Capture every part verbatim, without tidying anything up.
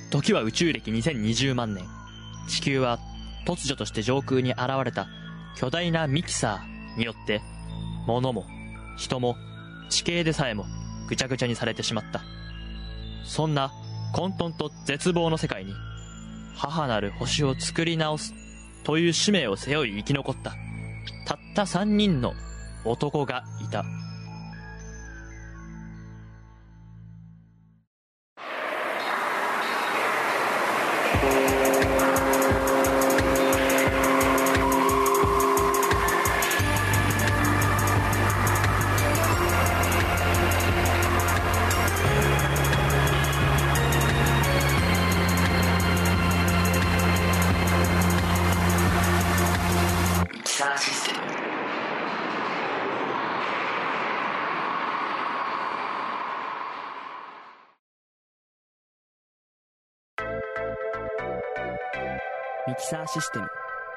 時は宇宙歴にせんにじゅうまんねん。地球は突如として上空に現れた巨大なミキサーによって物も人も地形でさえもぐちゃぐちゃにされてしまった。そんな混沌と絶望の世界に母なる星を作り直すという使命を背負い生き残ったたったさんにんの男がいた。 ミキサーシステム。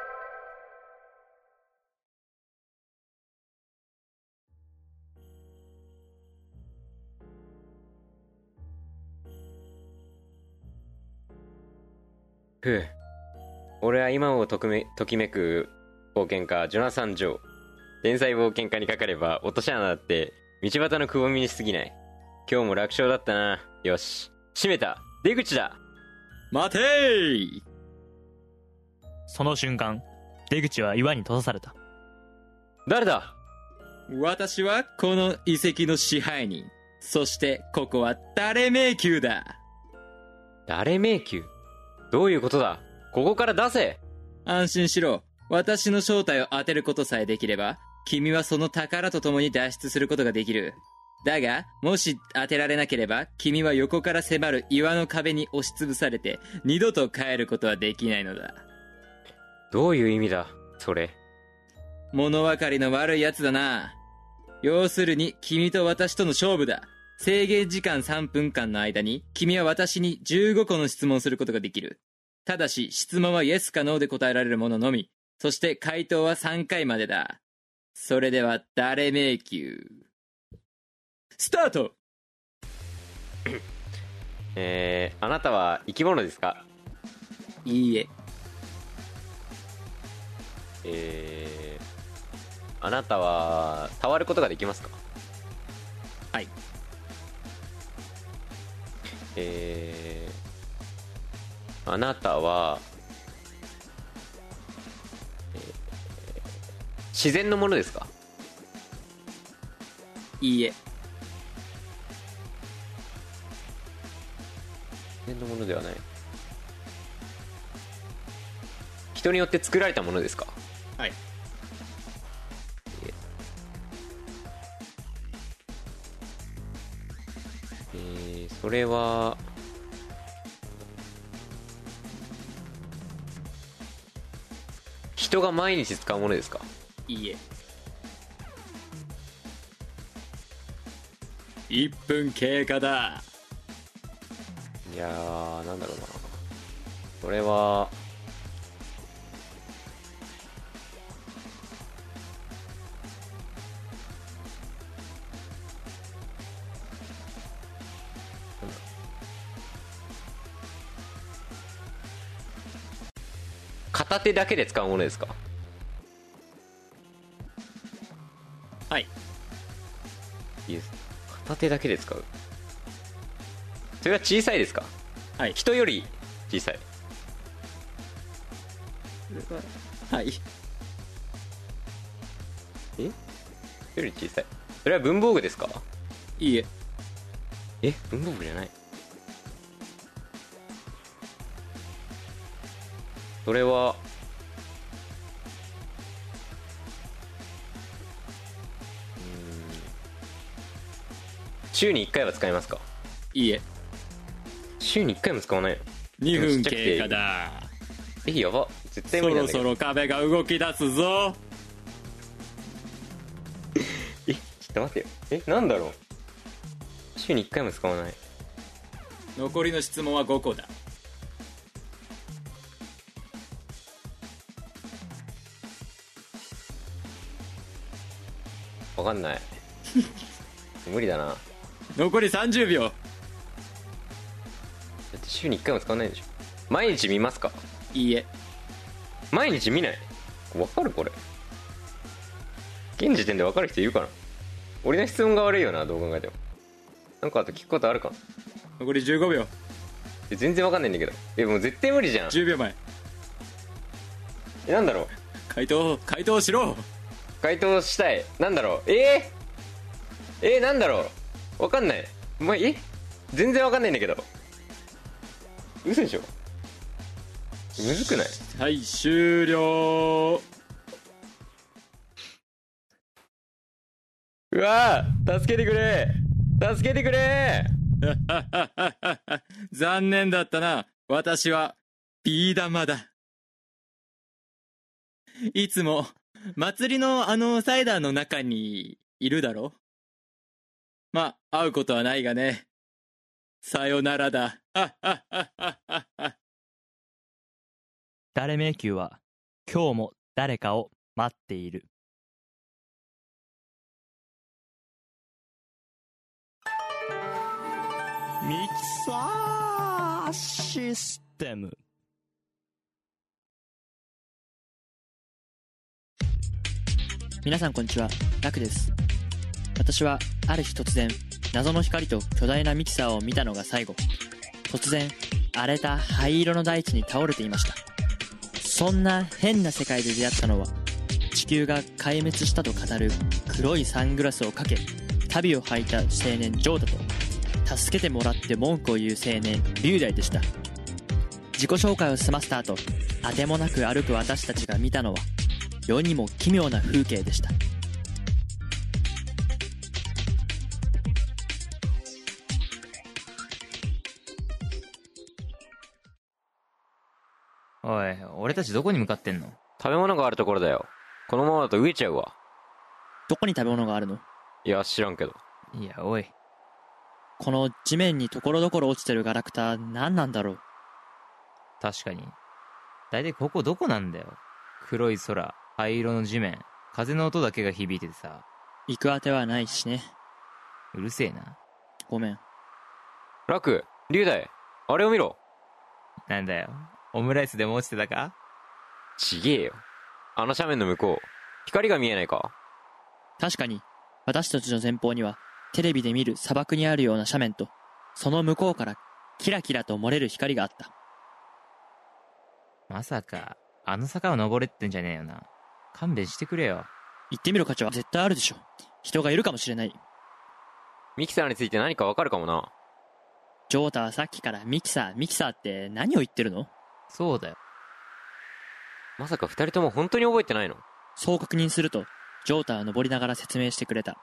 ふう、俺は今をとくめときめく冒険家ジョナサン・ジョー。天才冒険家にかかれば落とし穴だって道端のくぼみに過ぎない。今日も楽勝だったな。よし、閉めた。出口だ。 待てー。 その瞬間、出口は岩に閉ざされた。 誰だ？ 私はこの遺跡の支配人。そしてここは誰迷宮だ。 誰迷宮？どういうことだ？ここから出せ。 安心しろ。私の正体を当てることさえできれば、君はその宝と共に脱出することができる。だが、もし当てられなければ、君は横から迫る岩の壁に押しつぶされて、二度と帰ることはできないのだ。 どういう意味だ、それ。 物分かりの悪いやつだな。要するに、君と私との勝負だ。制限時間さんぷんかんの間に、君は私にじゅうごこの質問することができる。ただし、質問はイエスかノーで答えられるもののみ。そして回答はさんかいまでだ。それでは、誰迷宮。スタート。 えー、あなたは生き物ですか？ いいえ。 えー、あなたは触ることができますか？ はい。 えー、あなたは、えー、自然のものですか？ いいえ。 自然のものではない。人によって作られたものですか？ はい。 えー、それは人が毎日使うものですか？ いいえ。いっぷん経過だ。 いやー、なんだろうな。それは片手だけで使うものですか？ はい。 いいです。片手だけで使う。それは小さいですか？ はい。 人より小さい。 はい。 え？人より小さい。それは文房具ですか？ いいえ。 え？文房具じゃない。それは週にいっかいは使いますか？ いいえ。 週にいっかいも使わないの？ にふん経過だ。 え、やば。絶対そろ無理なんだけど。 そろ壁が動き出すぞ。 え、ちょっと待ってよ。え、なんだろう。週にいっかいも使わない。 残りの質問はごこだ。 わかんない。無理だな。だ残りさんじゅうびょう。 って週にいっかいも使わないんでしょ。毎日見ますか？ いいえ。 毎日見ない。わかるこれ。現時点でわかる人いるかな。俺の質問が悪いよな、どう考えても。なんかあと聞くことあるかな。 残りじゅうごびょう。 え全然わかんないんだけど。えもう絶対無理じゃん。 じゅうびょうまえ。 えなんだろう。 回答回答しろ。 回答したい。なんだろう。えー、えー、なんだろう。わかんない。お前え全然わかんないんだけど。嘘でしょ。むずくない？ はい終了。 うわー助けてくれ助けてくれ残念だったな。私はビー玉だ。いつも祭りのあのサイダーの中にいるだろ。まあ会うことはないがね。さよならだ。 誰迷宮は今日も誰かを待っている。ミキサーシステム。 皆さんこんにちは、ラクです。私はある日突然謎の光と巨大なミキサーを見たのが最後。突然荒れた灰色の大地に倒れていました。そんな変な世界で出会ったのは、地球が壊滅したと語る黒いサングラスをかけ足袋を履いた青年ジョータと、助けてもらって文句を言う青年リュウダイでした。自己紹介を済ませた後、あてもなく歩く私たちが見たのは世にも奇妙な風景でした。 おい、俺たちどこに向かってんの？ 食べ物があるところだよ。このままだと飢えちゃうわ。 どこに食べ物があるの？ いや知らんけど。 いや、おい。 この地面にところどころ落ちてるガラクタ何なんだろう。 確かに。だいたいここどこなんだよ。黒い空、灰色の地面、風の音だけが響いててさ。 行くあてはないしね。 うるせえな。 ごめん。 ラク、リュウダイ、あれを見ろ。 なんだよ。オムライスでも落ちてたか？ ちげえよ。あの斜面の向こう、光が見えないか？ 確かに私たちの前方にはテレビで見る砂漠にあるような斜面と、その向こうからキラキラと漏れる光があった。 まさかあの坂を登れってんじゃねえよな。勘弁してくれよ。 行ってみる価値は絶対あるでしょ。人がいるかもしれない。 ミキサーについて何かわかるかもな。 ジョータはさっきからミキサーミキサーって何を言ってるの？ そうだよ。 まさか二人とも本当に覚えてないの？ そう確認すると、ジョータは登りながら説明してくれた。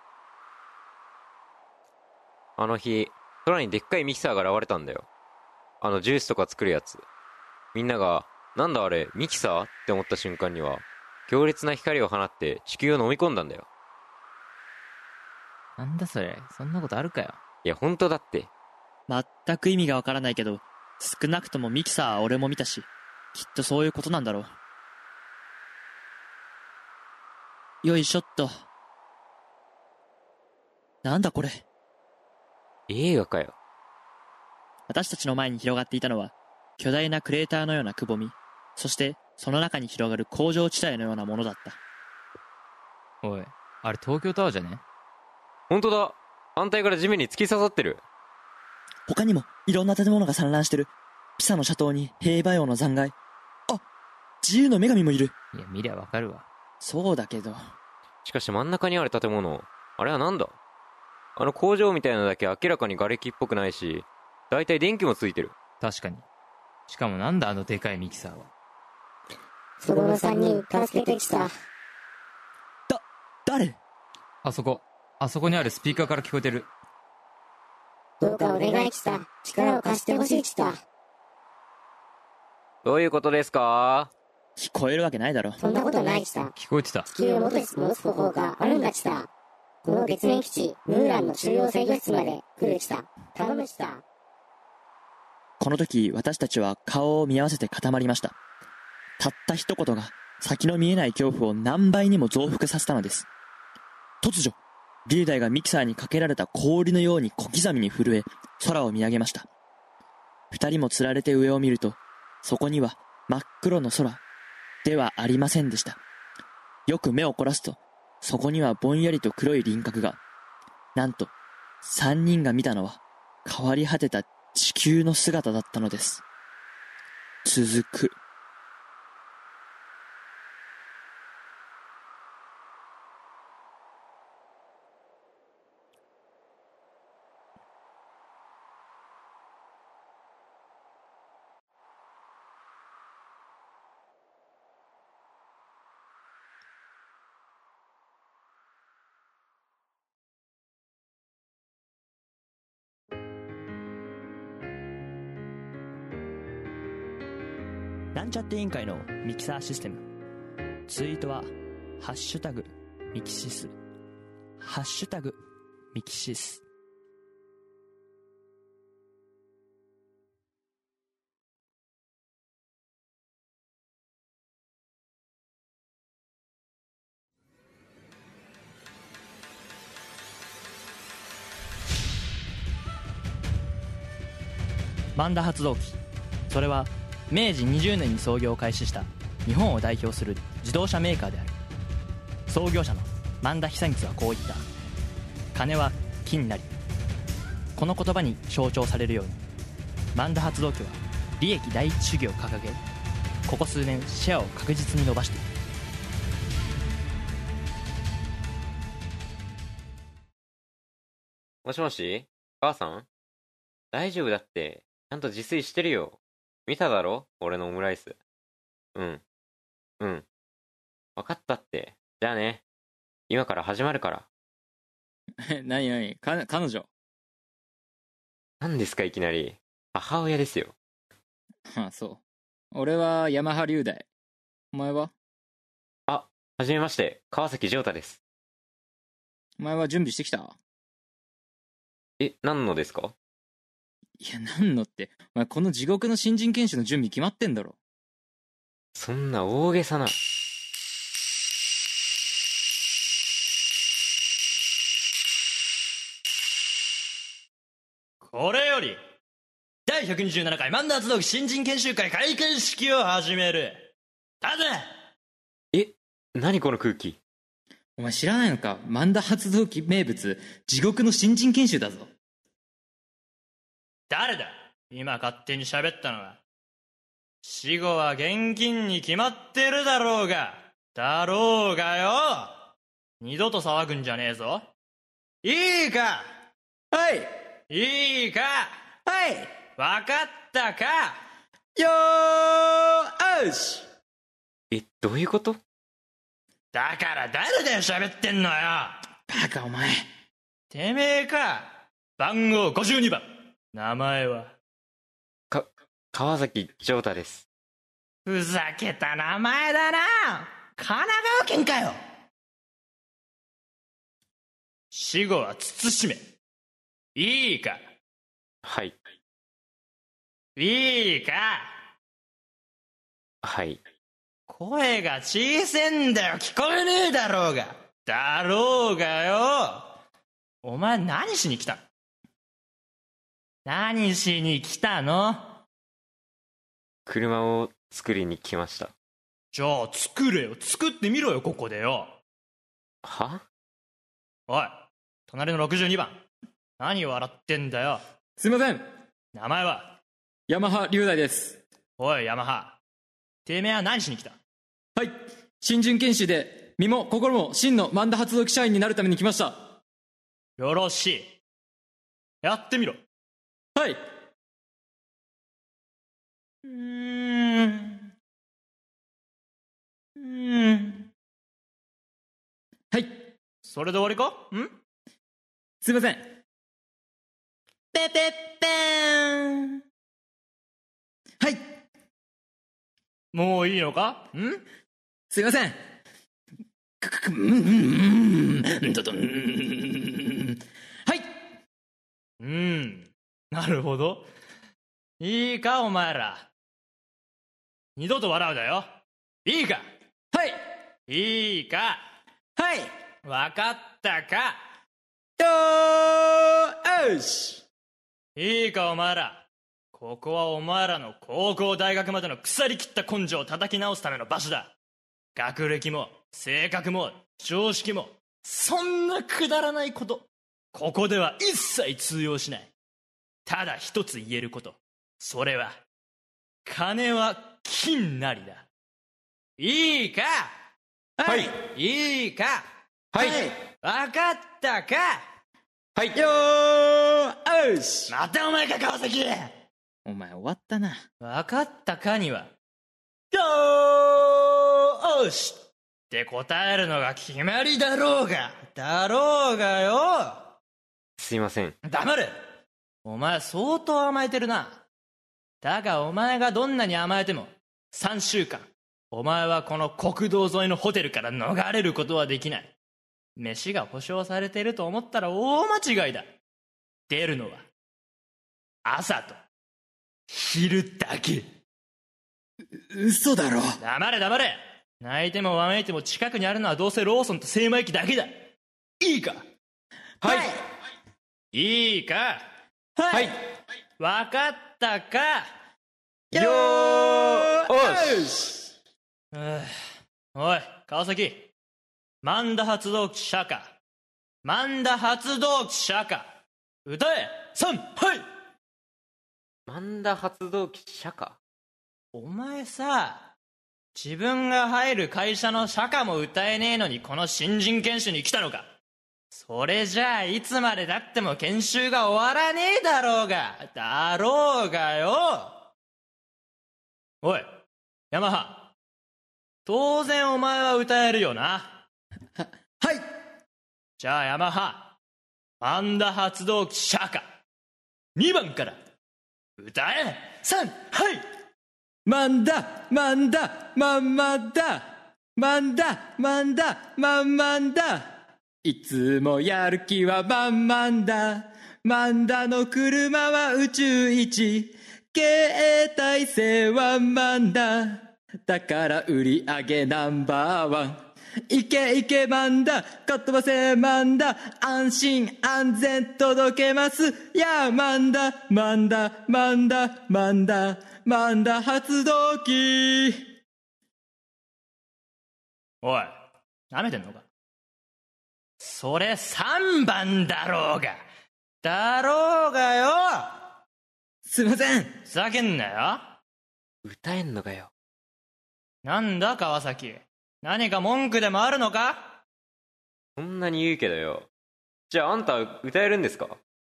あの日、空にでっかいミキサーが現れたんだよ。あのジュースとか作るやつ。みんなが、なんだあれ、ミキサーって思った瞬間には、強烈な光を放って地球を飲み込んだんだよ。 なんだそれ、そんなことあるかよ。 いや、本当だって。 全く意味がわからないけど、少なくともミキサーは俺も見たし、きっとそういうことなんだろう。よいしょっと。なんだこれ。 映画かよ。 私たちの前に広がっていたのは、巨大なクレーターのようなくぼみ、そしてその中に広がる工場地帯のようなものだった。 おい、あれ東京タワーじゃね？ 本当だ。反対から地面に突き刺さってる。 他にもいろんな建物が散乱してる。ピサの斜塔に兵馬俑の残骸。あ、自由の女神もいる。 いや、見りゃわかるわ。 そうだけど。 しかし真ん中にある建物、あれはなんだ？あの工場みたいなのだけ明らかに瓦礫っぽくないし、だいたい電気もついてる。 確かに。しかもなんだあのでかいミキサーは。 そこの三人助けてきた。 だ、誰？ あそこ、あそこにあるスピーカーから聞こえてる。 どうかお願いきた。力を貸してほしいきた。 どういうことですか？ 聞こえるわけないだろ。 そんなことないきた。 聞こえてた。 地球を元に戻す方法があるんだきた。この月面基地、ムーランの中央制御室まで来るきた。頼むきた。 この時、私たちは顔を見合わせて固まりました。たった一言が先の見えない恐怖を何倍にも増幅させたのです。突如、リュウダイがミキサーにかけられた氷のように小刻みに震え、空を見上げました。 二人もつられて上を見ると、そこには真っ黒の空ではありませんでした。よく目を凝らすと、そこにはぼんやりと黒い輪郭が。なんと、三人が見たのは変わり果てた地球の姿だったのです。続く。 なんちゃって委員会のミキサーシステム。ツイートはハッシュタグミキシス、ハッシュタグミキシス。マンダ発動機、それはめいじにじゅうねんに創業を開始した日本を代表する自動車メーカーである。創業者の萬田久光はこう言った。金は金なり。この言葉に象徴されるように、マンダ発動機は利益第一主義を掲げ、ここ数年シェアを確実に伸ばしている。 もしもし、母さん？大丈夫だって。ちゃんと自炊してるよ。見ただろ？俺のオムライス。うん。うん。わかったって。じゃあね。今から始まるから。 え、なになにか、彼女。 何ですかいきなり。母親ですよ。 ああ、そう。俺はヤマハ龍大。お前は？ あ、はじめまして。川崎城太です。 お前は準備してきた？ え、何のですか？ いや、何のって。お前この地獄の新人研修の準備決まってんだろ。 そんな大げさな。 これよりだいひゃくにじゅうななかいマンダ発動機新人研修会開会式を始める。立て。え、何この空気。 お前知らないのか？マンダ発動機名物地獄の新人研修だぞ。 誰だ今勝手に喋ったのは。死後は現金に決まってるだろうが。だろうがよ。二度と騒ぐんじゃねえぞ。いいか？ はい。 いいか？ はい。 わかったか？ よーし。 え、どういうこと？ だから誰だよ喋ってんのよ。 バカお前。 てめえか？番号ごじゅうにばん。名前は？ か、川崎城太です。 ふざけた名前だな。神奈川県かよ。死後は慎め。いいか？ はい。 いいか？ はい。 声が小せんだよ。聞こえねえだろうが。だろうがよ。お前何しに来たの？何しに来たの？ 車を作りに来ました。 じゃあ作れよ。作ってみろよここでよ。 は？ おい、隣のろくじゅうにばん。何笑ってんだよ。 すいません。 名前は？ ヤマハ龍大です。 おいヤマハ、てめえは何しに来た？ はい。新人研修で身も心も真のマンダ発動機社員になるために来ました。 よろしい。やってみろ。 はい。 うーん。うーん。 はい。 それで終わりか？ん？ すいません。 ペペッペーン。 はい。 もういいのか？ん？ すいません。くくく、うんうんうん、どどん。はい。 うん。なるほど。いいかお前ら。二度と笑うだよ。いいか？ はい。 いいか？ はい。 わかったか？ よーし。 いいかお前ら。 ここはお前らの高校大学までの腐りきった根性を叩き直すための場所だ。学歴も性格も常識もそんなくだらないことここでは一切通用しない。ただ一つ言えること、それは金は金なりだ。いいか。 はい。 いいか。 はい。 分かったか。 はい。 よーよし。 またお前か川崎。 お前終わったな。 分かったかにはよーしって答えるのが決まりだろうがだろうがよ。 すいません。 黙れ。お前相当甘えてるな。だがお前がどんなに甘えてもさんしゅうかんお前はこの国道沿いのホテルから逃れることはできない。飯が保証されていると思ったら大間違いだ。出るのは朝と昼だけ。 嘘だろ。 黙れ黙れ。泣いてもわめいても近くにあるのはどうせローソンと精米機だけだ。いいか。 はい。 いいか。 はい。 分かったか。 よーし。 おい川崎、万田発動機釈迦。万田発動機釈迦。歌え。さんはい万田発動機社歌。 お前さ、自分が入る会社の社歌も歌えねえのにこの新人研修に来たのか。それじゃあいつまでだっても研修が終わらねえだろうがだろうがよ。おいヤマハ、当然お前は歌えるよな。 ははい。 じゃあヤマハ、万田発動機釈迦にばんから歌え。さんはいマンダマンダマンマンダマンダマンダマンマンダ。いつもやる気は満々だ。マンダの車は宇宙一、携帯性ワンマンだ。だから売り上げナンバーワン。いけいけマンダ、かっ飛ばせマンダ、安心安全届けます。やあマンダマンダマンダマンダマンダ発動機。 おいなめてんのか。それさんばんだろうがだろうがよ。 すいません。 ふざけんなよ。 歌えんのかよ。 なんだ川崎、何か文句でもあるのか。 そんなに言うけどよ。じゃああんた歌えるんですか。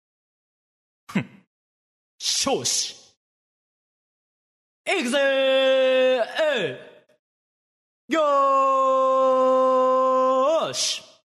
少子いくぜー。よーし。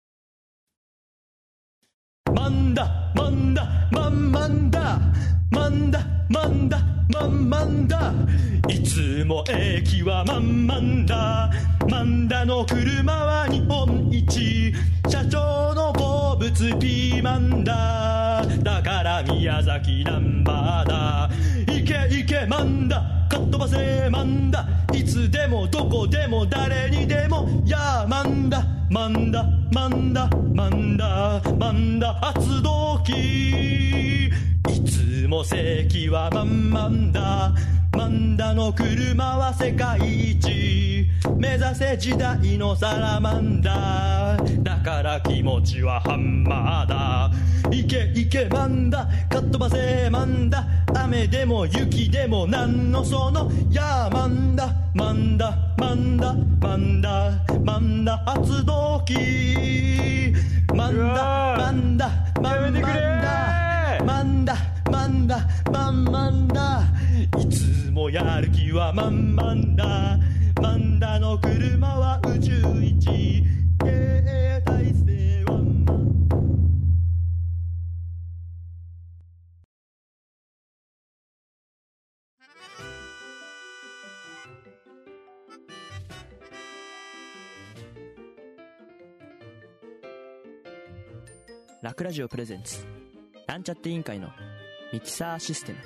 マンダマンダマンマンダマンダマンダマンマンダ。いつも駅はマンマンダ。マンダの車は日本一、社長の好物ピーマンだ。だから宮崎ナンバーだ。いけいけマンダ、かっ飛ばせマンダ。いつでもどこでも誰にでもやあマンダマンダマンダマンダマンダ発動機。いつも席はマンマンダ。マンダの車は世界一、目指せ時代のサラマンダ。だから気持ちはハンマーだ。いけいけマンダ、かっ飛ばせマンダ。雨でも雪でもなんのそのやあマンダマンダマンダマンダマンダ発動機。マンダマンダマンマンダマンダマンダマンマンダ。いつもやる気は満々だ。マンダの車は宇宙一、携帯性はラクラジオプレゼンツなんちゃって委員会のミキサーシステム。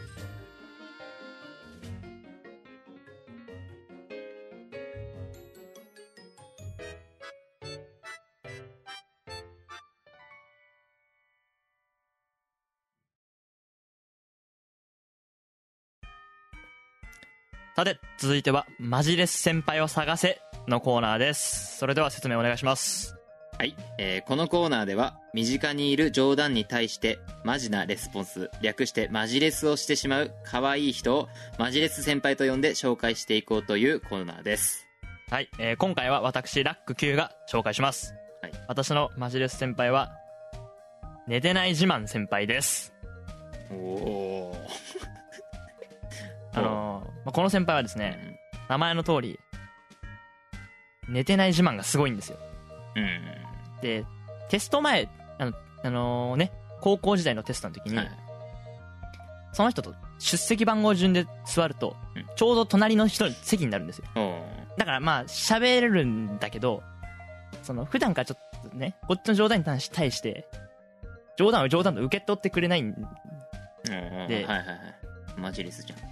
さて続いてはマジレス先輩を探せのコーナーです。それでは説明お願いします。 はい、えーこのコーナーでは身近にいる冗談に対してマジなレスポンス、略してマジレスをしてしまう可愛い人をマジレス先輩と呼んで紹介していこうというコーナーです。 はい、えー今回は私ラック Q が紹介します。 はい、 私のマジレス先輩は寝てない自慢先輩です。 おおあのーまあ、この先輩はですね、名前の通り寝てない自慢がすごいんですよ。 うん、うんでテスト前あの、あのーね高校時代のテストの時に、 はい、 その人と出席番号順で座ると、 うんちょうど隣の人の席になるんですよ。 おーだからまあ喋れるんだけど、その普段からちょっとねこっちの冗談に対して冗談を冗談と受け取ってくれないんうんうんではいはいはいマジレスじゃん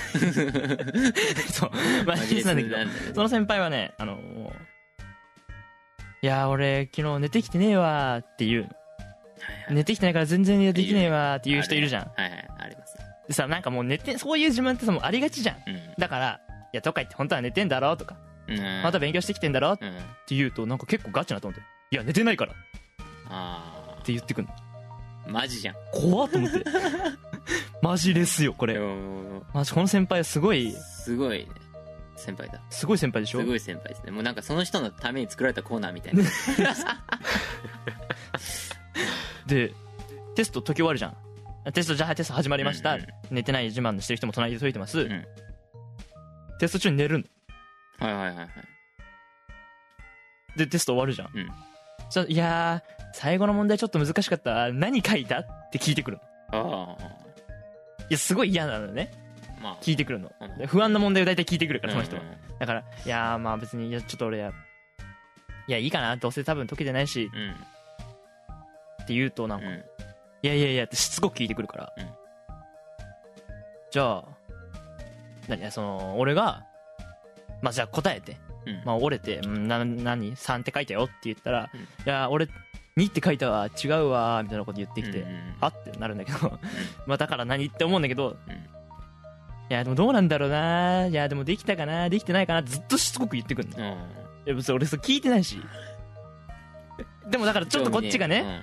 そうマジレスなんだけど、その先輩はね、あのもういやー俺昨日寝てきてねえわーっていう、寝てきてないから全然できねえわーっていう人いるじゃん。 はいはいあります。 でさ、なんかもう寝て、そういう自慢ってさもうありがちじゃん。 うんだからいやとか言って本当は寝てんだろとか、 うんまた勉強してきてんだろってうん言うとなんか結構ガチなと思って、いや寝てないからっあて言ってくんの。 あマジじゃん怖っと思ってマジレスよこれ。マジこの先輩はすごいすごいね先輩だ。 すごい先輩でしょ。 すごい先輩ですね。もうなんかその人のために作られたコーナーみたいなでテスト解き終わるじゃん。テストじゃあテスト始まりました、 うんうん寝てない自慢のしてる人も隣で解いてます、 んテスト中に寝るのはいはいはいはいでテスト終わるじゃん、 うんそしたらいやー最後の問題ちょっと難しかった、何書いたって聞いてくるの。 ああいやすごい嫌なのね、 まあ聞いてくるのうんで不安な問題を大体聞いてくるからその人は、 うんうんだからいやーまあ別にいやちょっと俺やいやいいかなどうせ多分解けてないしうんって言うとなんか、 うんいやいやいやってしつこく聞いてくるから、 うんじゃあ何その俺がまあじゃあ答えて、 うんまあ折れてうんな何さんって書いたよって言ったら、 うんいや俺にって書いたわ違うわみたいなこと言ってきて、 うんうんうんはってなるんだけどまあだから何って思うんだけど、 うんいやでもどうなんだろうないやでもできたかなできてないかなずっとしつこく言ってくるの。いうんや別に俺それ聞いてないしでもだからちょっとこっちがね、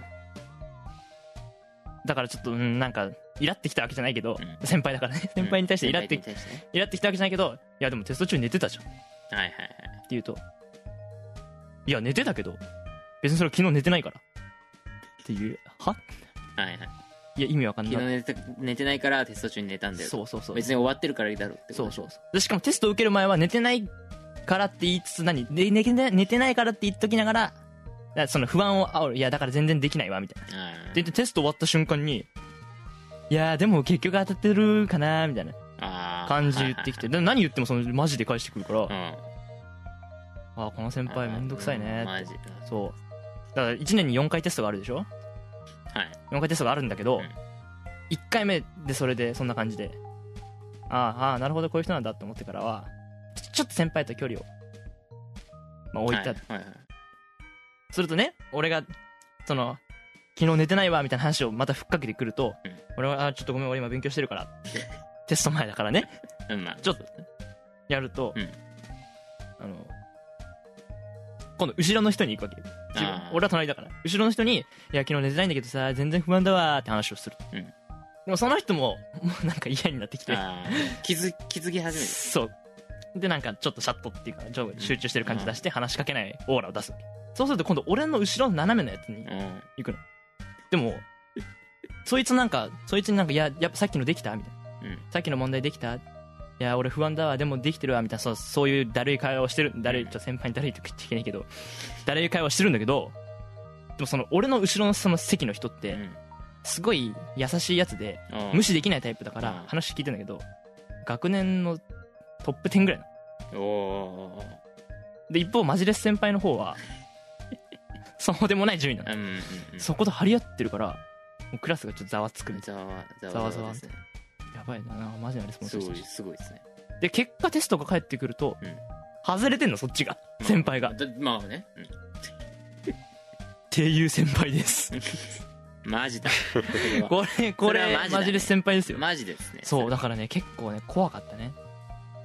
だからちょっとうんなんかイラってきたわけじゃないけど、 うん先輩だからね先輩に対してイラって、 先輩に対してねイラってきたわけじゃないけど、いやでもテスト中に寝てたじゃんってはいはいはい言うと、いや寝てたけど別にそれ昨日寝てないからっていう、ははいはいいや意味わかんない。 昨日寝て寝てないからテスト中に寝たんだよそうそうそう別に終わってるからいいだろうってことそうそうそうでしかもテスト受ける前は寝てないからって言いつつ何で寝てない寝てないからって言っときながら、だからその不安を煽る、いやだから全然できないわみたいなあでテスト終わった瞬間にいやでも結局当たってるかなみたいなあ感じ言ってきて、で何言ってもそのマジで返してくるから、 うんあこの先輩めんどくさいねって。 マジそうだからいちねんによんかいテストがあるでしょ。 はいよんかいテストがあるんだけど、 うんいっかいめでそれでそんな感じで、ああああなるほどこういう人なんだって思ってからはちょちょっと先輩と距離を、まあ、置いた、 はいはいはいするとね俺がその昨日寝てないわみたいな話をまたふっかけてくると、 うん俺はあちょっとごめん俺今勉強してるからってテスト前だからねうんまあちょっとやると、 うんあの今度後ろの人に行くわけよ。自分あー俺は隣だから後ろの人に「いや昨日寝てないんだけどさ全然不安だわ」って話をする、 うんでもその人ももうなんか嫌になってきて、 あー気づ気づき始めるそうでなんかちょっとシャットっていうかちょっと集中してる感じ出して話しかけないオーラを出すわけ。そうすると今度俺の後ろの斜めのやつにうん行くの。でもそいつなんかそいつになんか「いややっぱさっきのできた?」みたいなうん 「さっきの問題できた?」いや俺不安だわでもできてるわみたいなそうそういうだるい会話をしてるだるいちょっと先輩にだるいと言っちゃいけないけどだるい会話をしてるんだけど、でもその俺の後ろのその席の人ってうんすごい優しいやつでうん無視できないタイプだかうんら話聞いてんだけど学年のトップじゅうぐらいなのおーで一方マジレス先輩の方はそうでもない順位なの、 うんうんうんそこと張り合ってるからもうクラスがちょっとざわつくみたいざわざざわざわわざわですねなやばいななんかマジなレスポンスしてるすごいすごいですねで結果テストが返ってくると、 うん外れてんのそっちが先輩が、っだまあねうんていう先輩ですマジだこれこれそれはマジだねマジレス先輩ですよマジですねそうだからね結構ね怖かったね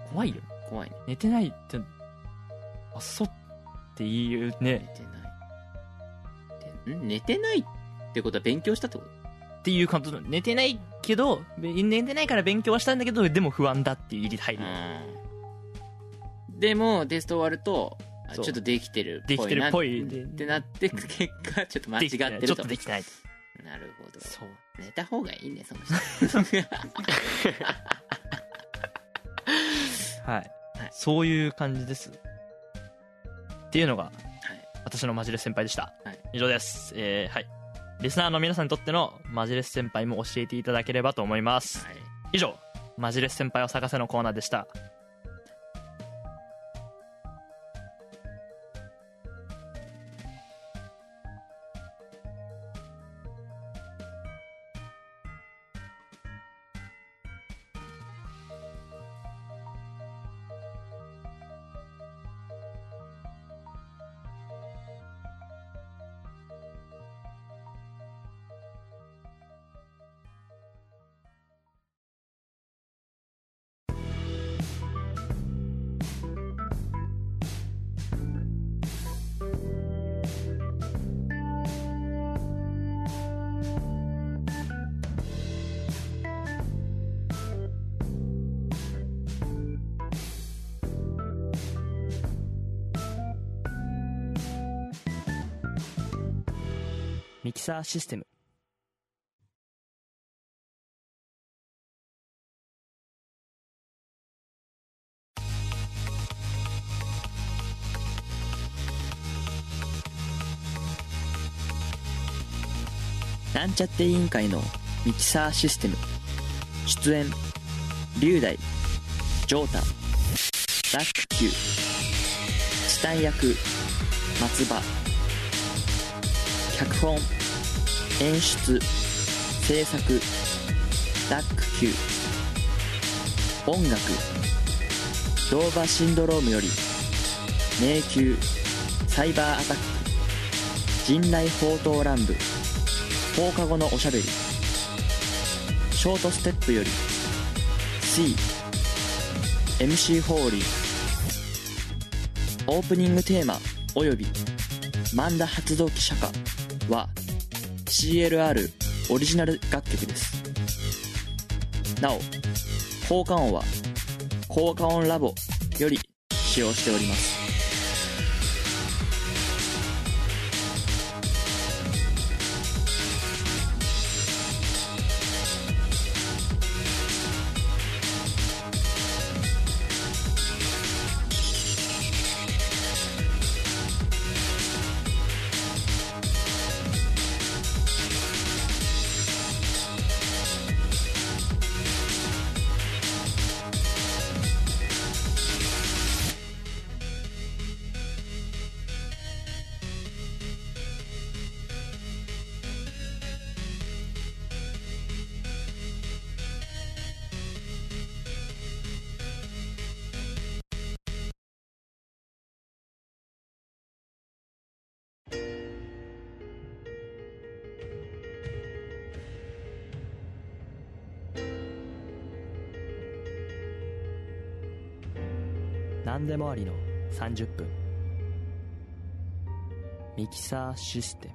怖いよね。 怖いね。 寝てないってあっそっていう寝ねてない。でん寝てないってことは勉強したってこと？ っていう感じの、寝てないけどべ寝てないから勉強はしたんだけどでも不安だっていう入り入り、 うん。でもテスト終わるとあそうちょっとできてるっぽいなできてるっぽいでってなって結果ちょっと間違ってると。 ちょっとできてない。 なるほど。 そう寝た方がいいねその人。 はい、 はいそういう感じですっていうのが私のマジレス先輩でした、 はい、 以上です。えー、はい、リスナーの皆さんにとってのマジレス先輩も教えていただければと思います、 はい、 以上マジレス先輩を探せのコーナーでした。ミキサーシステム。 なんちゃって委員会のミキサーシステム。出演龍大、ジョータ、ラック Q、チタン役松葉、脚本演出制作ラック Q、音楽ドーバシンドロームより迷宮サイバーアタック陣雷砲塔乱舞放課後のおしゃべりショートステップより C エムシー ホーリーオープニングテーマおよび万田発動機釈迦は シーエルアール オリジナル楽曲です。なお効果音は効果音ラボより使用しております。 何でもありのさんじゅっぷん。ミキサーシステム。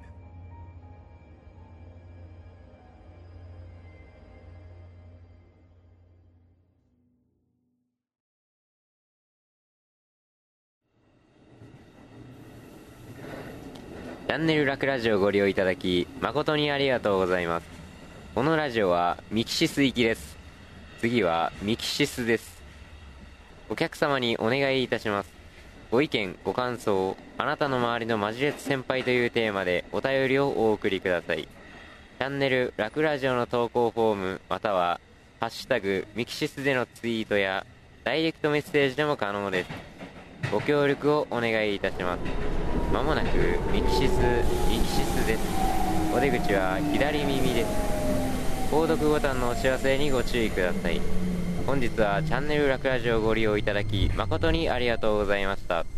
チャンネルラクラジオをご利用いただき誠にありがとうございます。このラジオはミキシス行きです。次はミキシスです。お客様にお願いいたします。ご意見ご感想、あなたの周りのマジレス先輩というテーマでお便りをお送りください。チャンネルラクラジオの投稿フォームまたはハッシュタグミキシスでのツイートやダイレクトメッセージでも可能です。ご協力をお願いいたします。まもなくミキシスミキシスです。お出口は左耳です。購読ボタンのお知らせにご注意ください。本日はチャンネルラクラジオをご利用いただき誠にありがとうございました。